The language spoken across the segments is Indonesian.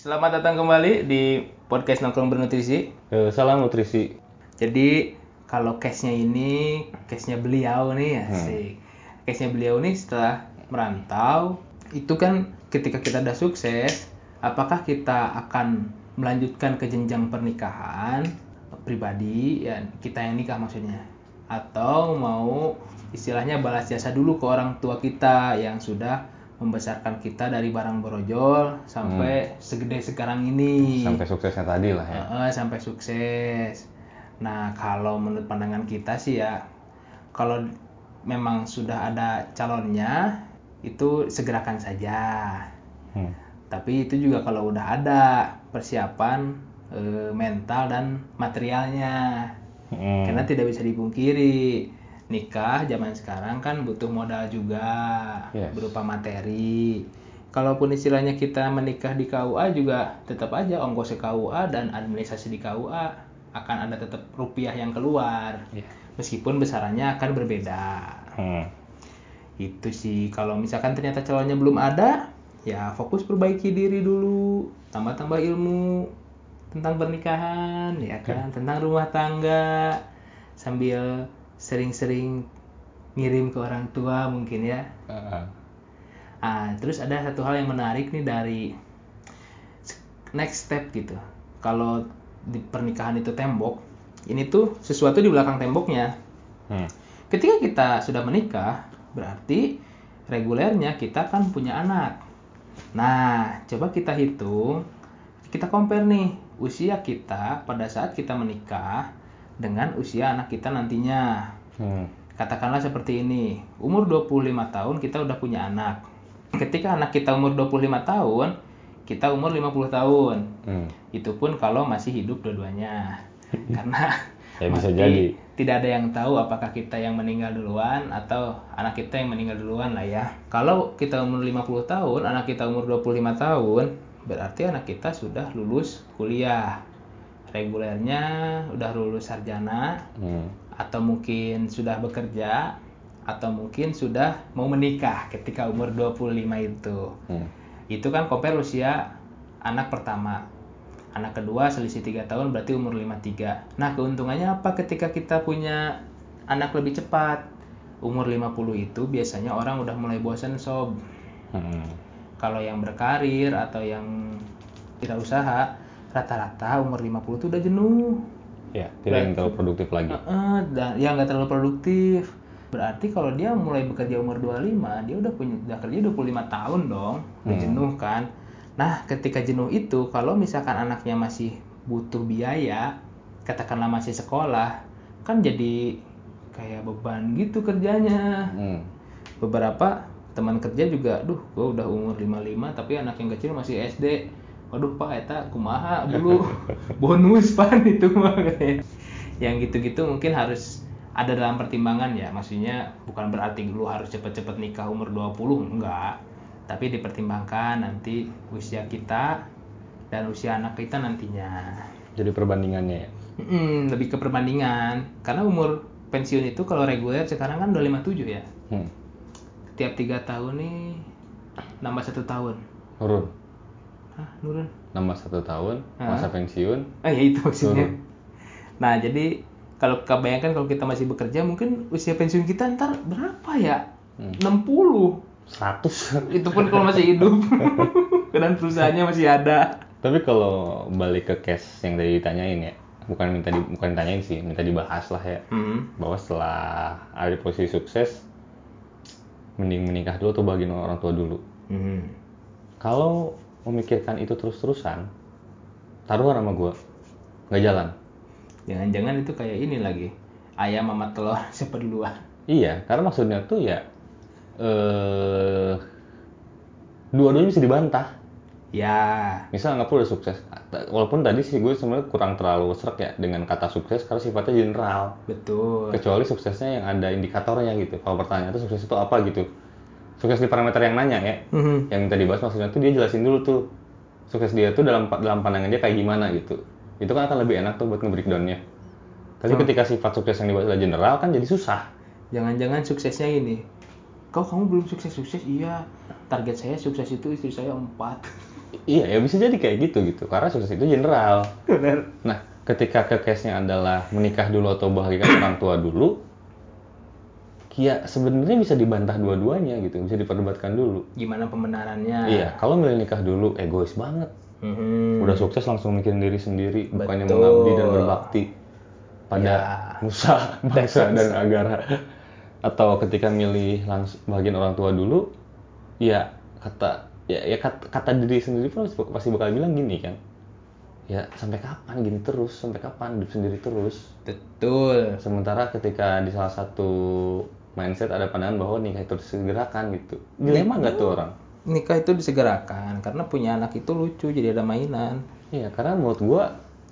Selamat datang kembali di podcast Nongkrong Bernutrisi. Salam nutrisi. Jadi kalau case-nya beliau nih asik. Case-nya beliau nih setelah merantau, itu kan ketika kita udah sukses, apakah kita akan melanjutkan ke jenjang pernikahan pribadi, ya kita yang nikah maksudnya, atau mau istilahnya balas jasa dulu ke orang tua kita yang sudah membesarkan kita dari barang borojol sampai segede sekarang ini. Sampai suksesnya tadi lah ya. Sampai sukses. Nah, kalau menurut pandangan kita sih ya, kalau memang sudah ada calonnya, itu segerakan saja. Tapi itu juga kalau udah ada persiapan mental dan materialnya. Karena tidak bisa dipungkiri, nikah zaman sekarang kan butuh modal juga, berupa materi. Kalaupun istilahnya kita menikah di KUA juga tetap aja ongkos KUA dan administrasi di KUA akan ada tetap rupiah yang keluar, meskipun besarannya akan berbeda. Itu sih. Kalau misalkan ternyata calonnya belum ada, ya fokus perbaiki diri dulu, tambah-tambah ilmu tentang pernikahan, ya kan, tentang rumah tangga, sambil sering-sering ngirim ke orang tua mungkin ya. Terus ada satu hal yang menarik nih dari next step gitu. Kalau di pernikahan itu tembok, ini tuh sesuatu di belakang temboknya. Ketika kita sudah menikah, berarti regulernya kita kan punya anak. Nah, coba kita hitung, kita compare nih usia kita pada saat kita menikah dengan usia anak kita nantinya. Katakanlah seperti ini, umur 25 tahun kita udah punya anak. Ketika anak kita umur 25 tahun, kita umur 50 tahun. Itu pun kalau masih hidup dua-duanya. Karena ya bisa jadi tidak ada yang tahu apakah kita yang meninggal duluan atau anak kita yang meninggal duluan lah ya. Kalau kita umur 50 tahun, anak kita umur 25 tahun, berarti anak kita sudah lulus kuliah. Regulernya udah lulus sarjana, atau mungkin sudah bekerja, atau mungkin sudah mau menikah ketika umur 25 itu. Itu kan compare usia anak pertama. Anak kedua selisih 3 tahun berarti umur 53. Nah, keuntungannya apa ketika kita punya anak lebih cepat? Umur 50 itu biasanya orang udah mulai bosan sob. Kalau yang berkarir atau yang tidak usaha, rata-rata umur 50 itu udah jenuh. Ya, tidak terlalu produktif lagi. Ya nggak terlalu produktif. Berarti kalau dia mulai bekerja umur 25, dia udah kerja 25 tahun dong. Udah jenuh kan. Nah, ketika jenuh itu, kalau misalkan anaknya masih butuh biaya, katakanlah masih sekolah, kan jadi kayak beban gitu kerjanya. Beberapa teman kerja juga, gue udah umur 55 tapi anak yang kecil masih SD. Waduh pak, eta kumaha dulu bonus pan itu mah katanya. Yang gitu-gitu mungkin harus ada dalam pertimbangan ya. Maksudnya bukan berarti lu harus cepet-cepet nikah umur 20, enggak. Tapi dipertimbangkan nanti usia kita dan usia anak kita nantinya. Jadi perbandingannya ya? Lebih ke perbandingan. Karena umur pensiun itu kalau reguler sekarang kan udah 57 ya. Tiap 3 tahun nih nambah 1 tahun. Nurun? Nurun? Nambah 1 tahun, masa pensiun. Ya itu maksudnya. Nah jadi kalau kebayangkan kalau kita masih bekerja, mungkin usia pensiun kita ntar berapa ya? 60, 100. Itu pun kalau masih hidup. Dan perusahaannya masih ada. Tapi kalau balik ke case yang tadi ditanyain ya, bukan ditanyain sih, minta dibahas lah ya. Bahwa setelah ada di posisi sukses, mending menikah dulu atau bagian orang tua dulu. Kalau memikirkan itu terus-terusan, taruhan sama gue, nggak jalan. Jangan-jangan itu kayak ini lagi, ayam sama telur siapa duluan? Iya, karena maksudnya tuh ya dua-duanya bisa dibantah. Ya. Misal anggap lu udah sukses, walaupun tadi sih gue sebenarnya kurang terlalu srek ya dengan kata sukses karena sifatnya general. Betul. Kecuali suksesnya yang ada indikatornya gitu. Kalau pertanyaan itu sukses itu apa gitu. Sukses di parameter yang nanya ya. Yang minta dibahas maksudnya tuh dia jelasin dulu tuh sukses dia tuh dalam pandangan dia kayak gimana gitu. Itu kan akan lebih enak tuh buat nge-breakdown-nya. Tapi ketika sifat sukses yang dibahas adalah general kan jadi susah. Jangan-jangan suksesnya ini, kamu belum sukses. Iya, target saya sukses itu istri saya 4. Iya, ya bisa jadi kayak gitu. Karena sukses itu general. Benar. Nah, ketika ke case-nya adalah menikah dulu atau bahagiakan orang tua dulu, ya sebenarnya bisa dibantah dua-duanya gitu, bisa diperdebatkan dulu. Gimana pembenarannya? Iya, kalau milih nikah dulu egois banget. Udah sukses langsung mikirin diri sendiri, bukannya Betul. mengabdi dan berbakti pada Ya. nusa, bangsa dan negara. Atau ketika milih langsung bagian orang tua dulu, ya kata diri sendiri pun pasti bakal bilang gini kan. Ya sampai kapan gini terus, sampai kapan hidup sendiri terus. Betul. Sementara ketika di salah satu mindset ada pandangan bahwa nikah itu disegerakan gitu. Dilema nggak tuh orang? Nikah itu disegerakan karena punya anak itu lucu, jadi ada mainan. Iya, karena menurut gua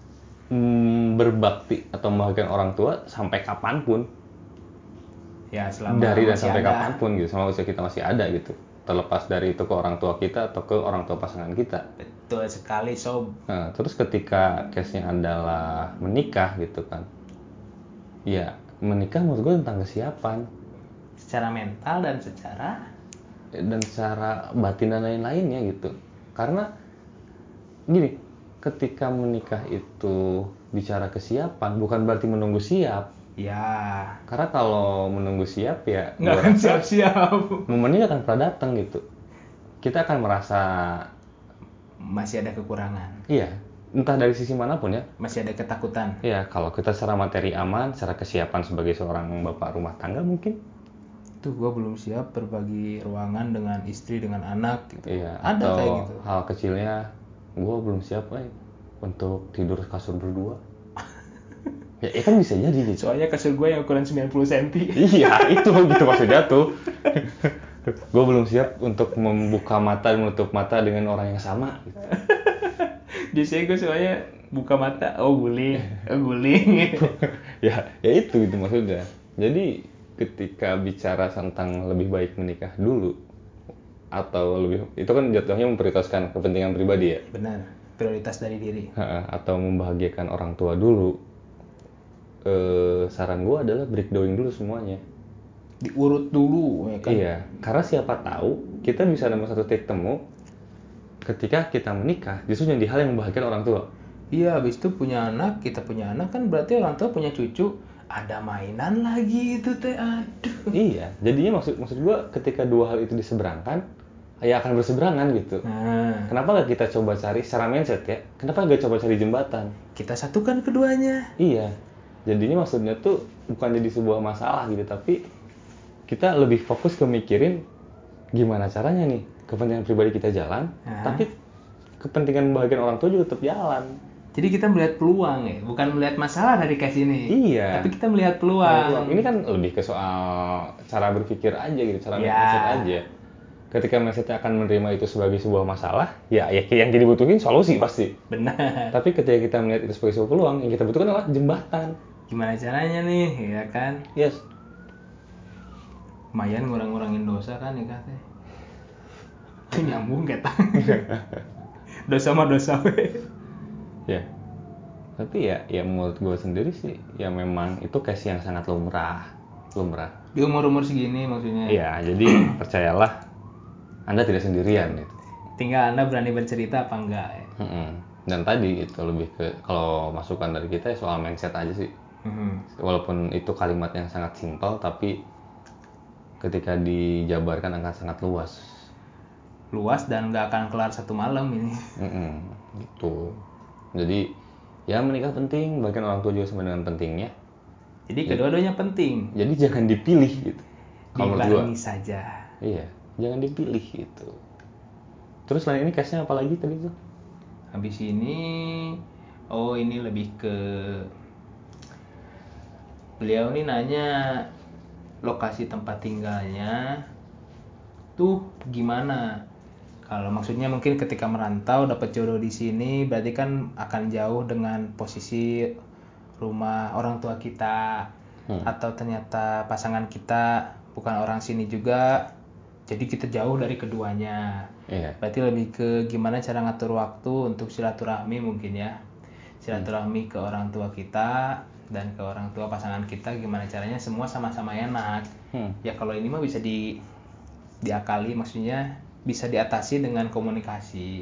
berbakti atau membahagiakan orang tua sampai kapanpun, Ya selama dari dan masih sampai ada. kapanpun gitu, selama usia kita masih ada gitu, terlepas dari itu ke orang tua kita atau ke orang tua pasangan kita. Betul sekali, Sob. Nah, terus ketika case-nya adalah menikah gitu kan, ya menikah menurut gue tentang kesiapan Secara mental dan secara batin dan lain-lainnya gitu. Karena gini, ketika menikah itu bicara kesiapan bukan berarti menunggu siap. ya Karena kalau menunggu siap ya nggak gua akan rasa siap-siap. momennya akan pernah datang gitu. Kita akan merasa Masih ada kekurangan, iya, entah dari sisi manapun ya. masih ada ketakutan. Ya kalau kita secara materi aman, secara kesiapan sebagai seorang bapak rumah tangga mungkin. Tuh gue belum siap berbagi ruangan dengan istri, dengan anak gitu. Iya, Ada atau kayak gitu. hal kecilnya gue belum siap untuk tidur kasur berdua. Ya kan bisa jadi gitu. Soalnya kasur gue yang ukuran 90 cm. Iya, itu gitu maksudnya tuh. Gue belum siap untuk membuka mata dan menutup mata dengan orang yang sama. Gitu. Biasanya gue soalnya buka mata, oh guling, guling. ya itu gitu maksudnya. Jadi ketika bicara tentang lebih baik menikah dulu atau lebih itu kan jatuhnya memprioritaskan kepentingan pribadi ya. Benar, prioritas dari diri. Atau membahagiakan orang tua dulu. Saran gue adalah breakdown dulu semuanya. Diurut dulu, ya kan? Iya, karena siapa tahu kita bisa nemu satu titik temu ketika kita menikah justru jadi hal yang membahagiakan orang tua. Iya, habis itu punya anak, kita punya anak kan berarti orang tua punya cucu, ada mainan lagi itu teh, aduh. Iya, jadinya maksud gue ketika dua hal itu diseberangkan, ya akan berseberangan gitu. Nah, Kenapa gak kita coba cari secara mindset ya? Kenapa gak coba cari jembatan? kita satukan keduanya. Iya, jadinya maksudnya tuh bukan jadi sebuah masalah gitu, tapi kita lebih fokus ke mikirin gimana caranya nih kepentingan pribadi kita jalan, tapi kepentingan bagian orang tua juga tetap jalan. Jadi kita melihat peluang ya, bukan melihat masalah dari case ini. Iya. Tapi kita melihat peluang. Ini kan lebih ke soal cara berpikir aja gitu, cara mindset aja. Ketika mindsetnya akan menerima itu sebagai sebuah masalah, ya yang jadi butuhin solusi pasti. Benar. Tapi ketika kita melihat itu sebagai sebuah peluang, yang kita butuhkan adalah jembatan. Gimana caranya nih, ya kan? Yes. Lumayan ngurang-ngurangin dosa kan nikah teh. Nyambung kata. Dosa mah dosa we. Ya. Tapi ya menurut gue sendiri sih, ya memang itu case yang sangat lumrah. Di umur-umur segini maksudnya. Iya, jadi percayalah Anda tidak sendirian gitu. Tinggal Anda berani bercerita apa enggak ya. Dan tadi itu lebih ke kalau masukan dari kita soal mindset aja sih. Walaupun itu kalimat yang sangat simpel tapi ketika dijabarkan akan sangat luas. Luas dan nggak akan kelar satu malam ini. Gitu. Jadi ya menikah penting, bahkan orang tua juga sama dengan pentingnya. Jadi kedua-duanya penting. Jadi jangan dipilih gitu. Dibarengi saja. Iya, jangan dipilih gitu. Terus selain ini case-nya apa lagi tadi tuh? Habis ini, ini lebih ke beliau nih nanya lokasi tempat tinggalnya tuh gimana. Kalau maksudnya mungkin ketika merantau dapat jodoh di sini berarti kan akan jauh dengan posisi rumah orang tua kita, atau ternyata pasangan kita bukan orang sini juga, jadi kita jauh dari keduanya. Berarti lebih ke gimana cara ngatur waktu untuk silaturahmi mungkin ya, silaturahmi ke orang tua kita dan ke orang tua pasangan kita, gimana caranya semua sama-sama enak. Ya kalau ini mah bisa diakali, maksudnya bisa diatasi dengan komunikasi.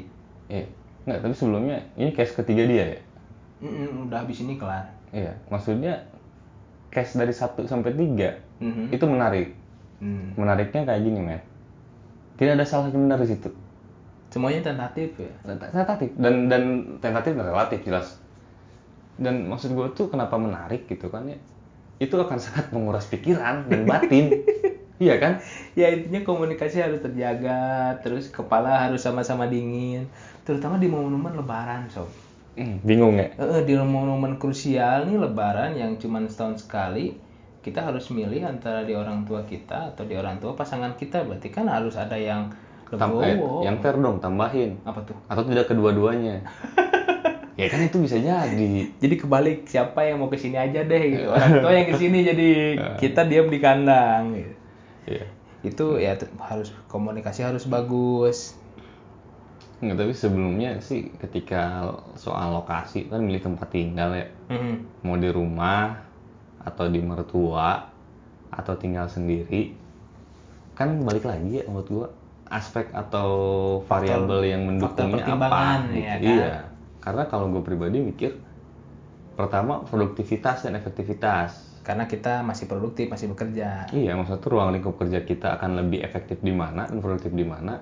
Iya. Nggak, tapi sebelumnya ini case ketiga dia ya? Udah habis ini kelar. Iya, maksudnya case dari 1 sampai 3 itu menarik. Menariknya kayak gini, men. Tidak ada salah yang benar di situ. Semuanya tentatif ya? Tentatif dan tentatif dan relatif jelas. Dan maksud gue tuh kenapa menarik gitu kan ya? Itu akan sangat menguras pikiran dan batin. Iya kan? Ya intinya komunikasi harus terjaga, terus kepala harus sama-sama dingin, terutama di momen-momen lebaran, Sob. Bingung ya? Di momen-momen krusial nih lebaran yang cuma setahun sekali, kita harus milih antara di orang tua kita atau di orang tua pasangan kita. Berarti kan harus ada yang legowo. Yang fair dong, tambahin. Apa tuh? Atau tidak kedua-duanya. Ya kan itu bisa jadi. Jadi kebalik, siapa yang mau kesini aja deh gitu. Orang tua yang kesini jadi kita diam di kandang gitu. Iya. Itu ya harus komunikasi harus bagus. Nggak, tapi sebelumnya sih ketika soal lokasi kan milih tempat tinggal ya. Mau di rumah atau di mertua atau tinggal sendiri, kan balik lagi ya menurut gua aspek atau variabel yang mendukungnya apa gitu. Ya kan? Iya. Karena kalau gue pribadi mikir pertama produktivitas dan efektivitas. Karena kita masih produktif, masih bekerja. Iya, maksudnya tuh ruang lingkup kerja kita akan lebih efektif di mana dan produktif di mana.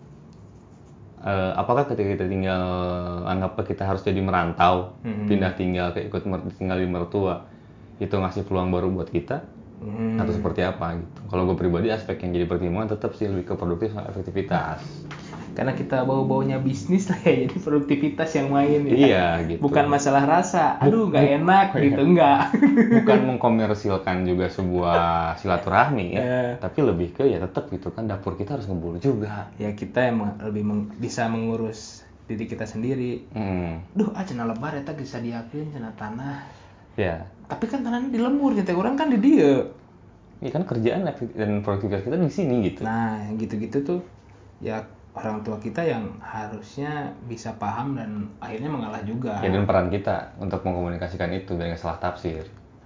Apakah ketika kita tinggal, anggaplah kita harus jadi merantau, pindah tinggal ke ikut tinggal di mertua, itu ngasih peluang baru buat kita, atau seperti apa gitu. Kalau gue pribadi aspek yang jadi pertimbangan tetap sih lebih ke produktif sama efektivitas. Karena kita bau-baunya bisnis lah ya, jadi produktivitas yang main ya. Iya gitu. Bukan masalah rasa, aduh nggak enak gitu, enggak. Bukan mengkomersilkan juga sebuah silaturahmi ya, tapi lebih ke ya tetap gitu kan dapur kita harus ngebul juga. Ya kita yang lebih bisa mengurus diri kita sendiri. Duh, cenah lebar eta bisa diakuin cenah tanah. Ya. Tapi kan tanahnya di lembur, kita orang kan di dia. Iya kan kerjaan dan produktivitas kita di sini gitu. Nah, gitu-gitu tuh ya orang tua kita yang harusnya bisa paham dan akhirnya mengalah juga. Ya, dan peran kita untuk mengkomunikasikan itu biar nggak salah tafsir.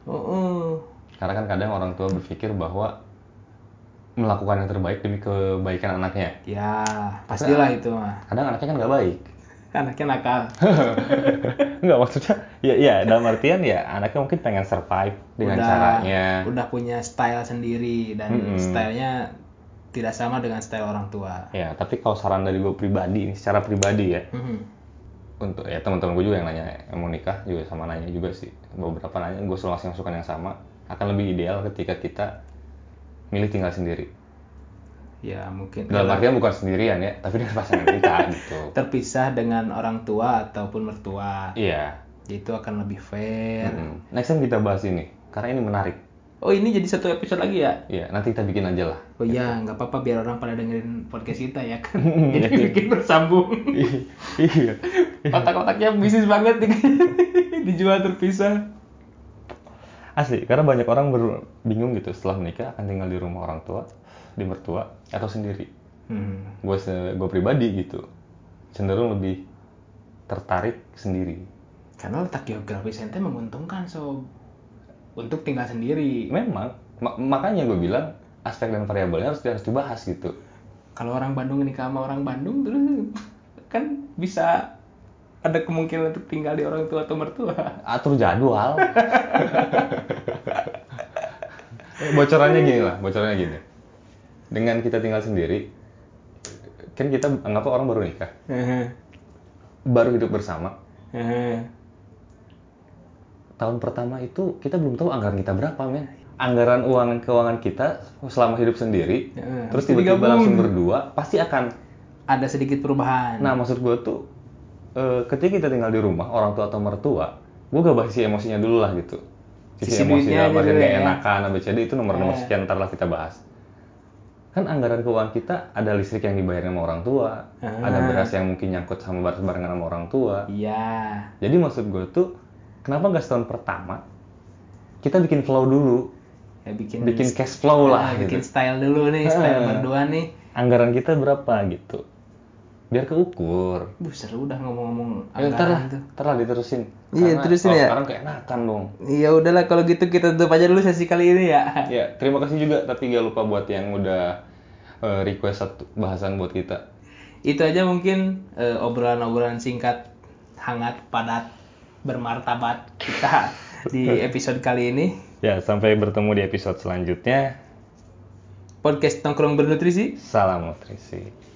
Karena kan kadang orang tua berpikir bahwa melakukan yang terbaik demi kebaikan anaknya. Ya, pastilah itu mah. Kadang anaknya kan nggak baik. Anaknya nakal. Enggak, maksudnya ya dalam artian ya anaknya mungkin pengen survive dengan caranya. Udah punya style sendiri dan stylenya tidak sama dengan style orang tua. Ya, tapi kalau saran dari gue pribadi, secara pribadi ya, untuk ya teman-teman gue juga yang nanya yang mau nikah juga sama nanya juga sih, beberapa nanya, gue selalu kasih masukan yang sama, akan lebih ideal ketika kita milih tinggal sendiri. Ya mungkin. Dalam artian bukan sendirian ya, tapi dengan pasangan kita gitu. Terpisah dengan orang tua ataupun mertua. Iya. Itu akan lebih fair. Next time kita bahas ini, karena ini menarik. Oh ini jadi satu episode lagi ya? Iya, nanti kita bikin aja lah. Oh iya, nggak apa-apa biar orang pada dengerin podcast kita ya kan. Jadi bikin bersambung. Iya. Otak-otaknya bisnis banget nih. Dijual terpisah. Asli, karena banyak orang bingung gitu setelah menikah akan tinggal di rumah orang tua, di mertua, atau sendiri. Gue pribadi gitu, cenderung lebih tertarik sendiri. Karena letak geografis ente menguntungkan sob. Untuk tinggal sendiri. Memang, makanya gue bilang aspek dan variabelnya harus dibahas gitu. Kalau orang Bandung nikah sama orang Bandung terus kan bisa ada kemungkinan untuk tinggal di orang tua atau mertua. Atur jadwal. Bocorannya gini. Dengan kita tinggal sendiri, kan kita anggap orang baru nikah, baru hidup bersama. Tahun pertama itu kita belum tahu anggaran kita berapa, men. Anggaran keuangan kita selama hidup sendiri, terus tiba-tiba langsung berdua, pasti akan ada sedikit perubahan. Nah, maksud gue tuh, ketika kita tinggal di rumah, orang tua atau mertua, gue gak bahas sisi emosinya dulu lah gitu. Sisi emosi dalam artian gak enakan, ABCD itu nomor sekian, ntar lah kita bahas. Kan anggaran keuangan kita, ada listrik yang dibayar sama orang tua, ada beras yang mungkin nyangkut sama barengan sama orang tua. Iya. Jadi maksud gue tuh, kenapa gak setahun pertama, kita bikin flow dulu. Ya, bikin cash flow lah bikin gitu. Style dulu nih, style berdua nih. Anggaran kita berapa gitu. Biar keukur. Seru udah ngomong-ngomong anggaran tuh. Ntar lah diterusin. Iya, terusin ya. Sekarang keenakan dong. Iya udahlah kalau gitu kita tutup aja dulu sesi kali ini ya. Ya, terima kasih juga tapi gak lupa buat yang udah request satu bahasan buat kita. Itu aja mungkin obrolan-obrolan singkat, hangat, padat, bermartabat kita di episode kali ini. Ya, sampai bertemu di episode selanjutnya. Podcast Nongkrong Bernutrisi. Salam nutrisi.